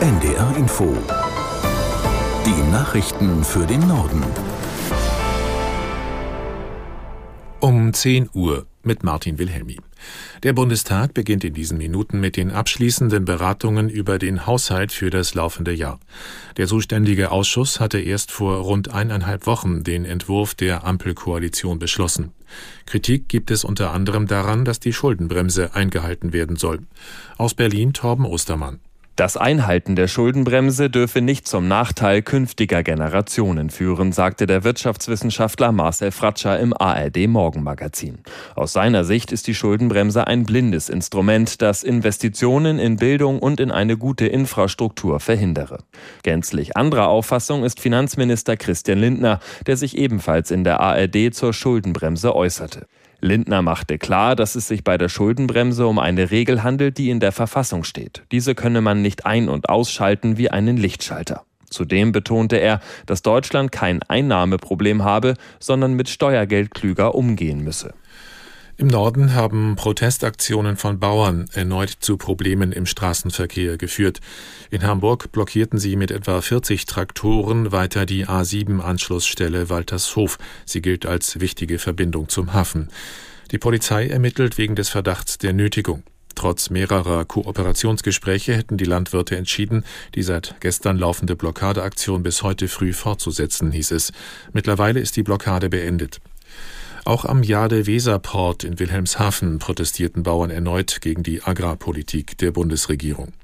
NDR Info. Die Nachrichten für den Norden. Um 10 Uhr mit Martin Wilhelmi. Der Bundestag beginnt in diesen Minuten mit den abschließenden Beratungen über den Haushalt für das laufende Jahr. Der zuständige Ausschuss hatte erst vor rund 1,5 Wochen den Entwurf der Ampelkoalition beschlossen. Kritik gibt es unter anderem daran, dass die Schuldenbremse eingehalten werden soll. Aus Berlin Torben Ostermann. Das Einhalten der Schuldenbremse dürfe nicht zum Nachteil künftiger Generationen führen, sagte der Wirtschaftswissenschaftler Marcel Fratscher im ARD-Morgenmagazin. Aus seiner Sicht ist die Schuldenbremse ein blindes Instrument, das Investitionen in Bildung und in eine gute Infrastruktur verhindere. Gänzlich anderer Auffassung ist Finanzminister Christian Lindner, der sich ebenfalls in der ARD zur Schuldenbremse äußerte. Lindner machte klar, dass es sich bei der Schuldenbremse um eine Regel handelt, die in der Verfassung steht. Diese könne man nicht ein- und ausschalten wie einen Lichtschalter. Zudem betonte er, dass Deutschland kein Einnahmeproblem habe, sondern mit Steuergeld klüger umgehen müsse. Im Norden haben Protestaktionen von Bauern erneut zu Problemen im Straßenverkehr geführt. In Hamburg blockierten sie mit etwa 40 Traktoren weiter die A7-Anschlussstelle Waltershof. Sie gilt als wichtige Verbindung zum Hafen. Die Polizei ermittelt wegen des Verdachts der Nötigung. Trotz mehrerer Kooperationsgespräche hätten die Landwirte entschieden, die seit gestern laufende Blockadeaktion bis heute früh fortzusetzen, hieß es. Mittlerweile ist die Blockade beendet. Auch am Jade-Weser-Port in Wilhelmshaven protestierten Bauern erneut gegen die Agrarpolitik der Bundesregierung.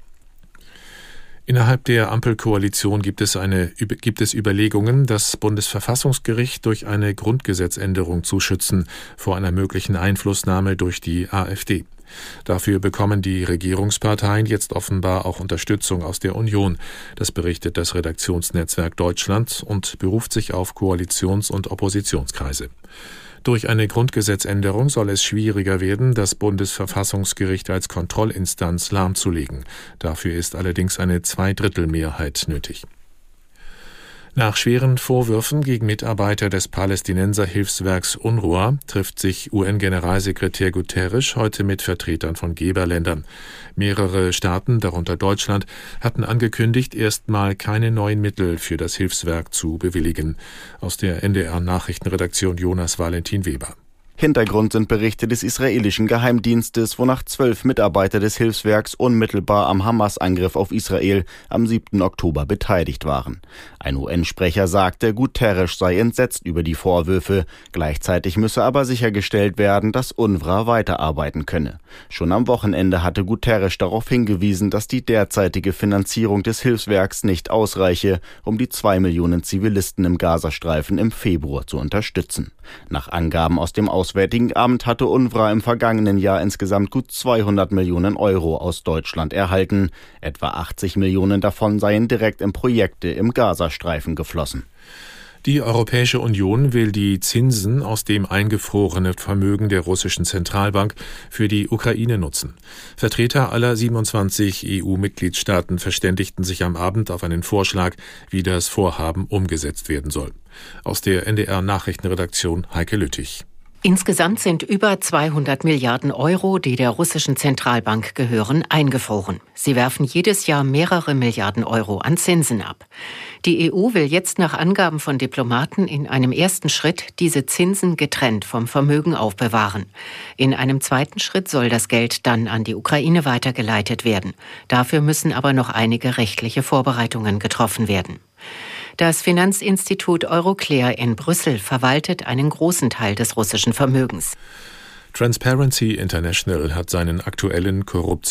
Innerhalb der Ampelkoalition gibt es Überlegungen, das Bundesverfassungsgericht durch eine Grundgesetzänderung zu schützen vor einer möglichen Einflussnahme durch die AfD. Dafür bekommen die Regierungsparteien jetzt offenbar auch Unterstützung aus der Union. Das berichtet das Redaktionsnetzwerk Deutschland und beruft sich auf Koalitions- und Oppositionskreise. Durch eine Grundgesetzänderung soll es schwieriger werden, das Bundesverfassungsgericht als Kontrollinstanz lahmzulegen. Dafür ist allerdings eine Zweidrittelmehrheit nötig. Nach schweren Vorwürfen gegen Mitarbeiter des Palästinenser-Hilfswerks UNRWA trifft sich UN-Generalsekretär Guterres heute mit Vertretern von Geberländern. Mehrere Staaten, darunter Deutschland, hatten angekündigt, erstmal keine neuen Mittel für das Hilfswerk zu bewilligen. Aus der NDR-Nachrichtenredaktion Jonas Valentin Weber. Hintergrund sind Berichte des israelischen Geheimdienstes, wonach 12 Mitarbeiter des Hilfswerks unmittelbar am Hamas-Angriff auf Israel am 7. Oktober beteiligt waren. Ein UN-Sprecher sagte, Guterres sei entsetzt über die Vorwürfe. Gleichzeitig müsse aber sichergestellt werden, dass UNRWA weiterarbeiten könne. Schon am Wochenende hatte Guterres darauf hingewiesen, dass die derzeitige Finanzierung des Hilfswerks nicht ausreiche, um die 2 Millionen Zivilisten im Gazastreifen im Februar zu unterstützen. Nach Angaben aus dem Auswärtigen Amt hatte UNRWA im vergangenen Jahr insgesamt gut 200 Millionen Euro aus Deutschland erhalten. Etwa 80 Millionen davon seien direkt in Projekte im Gazastreifen geflossen. Die Europäische Union will die Zinsen aus dem eingefrorenen Vermögen der russischen Zentralbank für die Ukraine nutzen. Vertreter aller 27 EU-Mitgliedstaaten verständigten sich am Abend auf einen Vorschlag, wie das Vorhaben umgesetzt werden soll. Aus der NDR-Nachrichtenredaktion Heike Lüttich. Insgesamt sind über 200 Milliarden Euro, die der russischen Zentralbank gehören, eingefroren. Sie werfen jedes Jahr mehrere Milliarden Euro an Zinsen ab. Die EU will jetzt nach Angaben von Diplomaten in einem ersten Schritt diese Zinsen getrennt vom Vermögen aufbewahren. In einem zweiten Schritt soll das Geld dann an die Ukraine weitergeleitet werden. Dafür müssen aber noch einige rechtliche Vorbereitungen getroffen werden. Das Finanzinstitut Euroclear in Brüssel verwaltet einen großen Teil des russischen Vermögens. Transparency International hat seinen aktuellen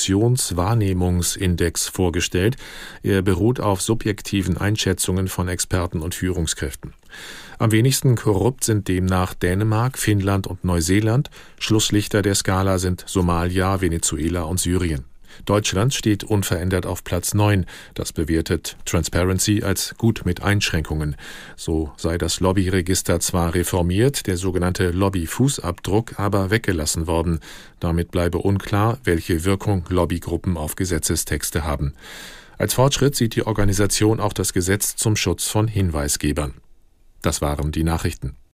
Korruptionswahrnehmungsindex vorgestellt. Er beruht auf subjektiven Einschätzungen von Experten und Führungskräften. Am wenigsten korrupt sind demnach Dänemark, Finnland und Neuseeland. Schlusslichter der Skala sind Somalia, Venezuela und Syrien. Deutschland steht unverändert auf Platz 9. Das bewertet Transparency als gut mit Einschränkungen. So sei das Lobbyregister zwar reformiert, der sogenannte Lobbyfußabdruck aber weggelassen worden. Damit bleibe unklar, welche Wirkung Lobbygruppen auf Gesetzestexte haben. Als Fortschritt sieht die Organisation auch das Gesetz zum Schutz von Hinweisgebern. Das waren die Nachrichten.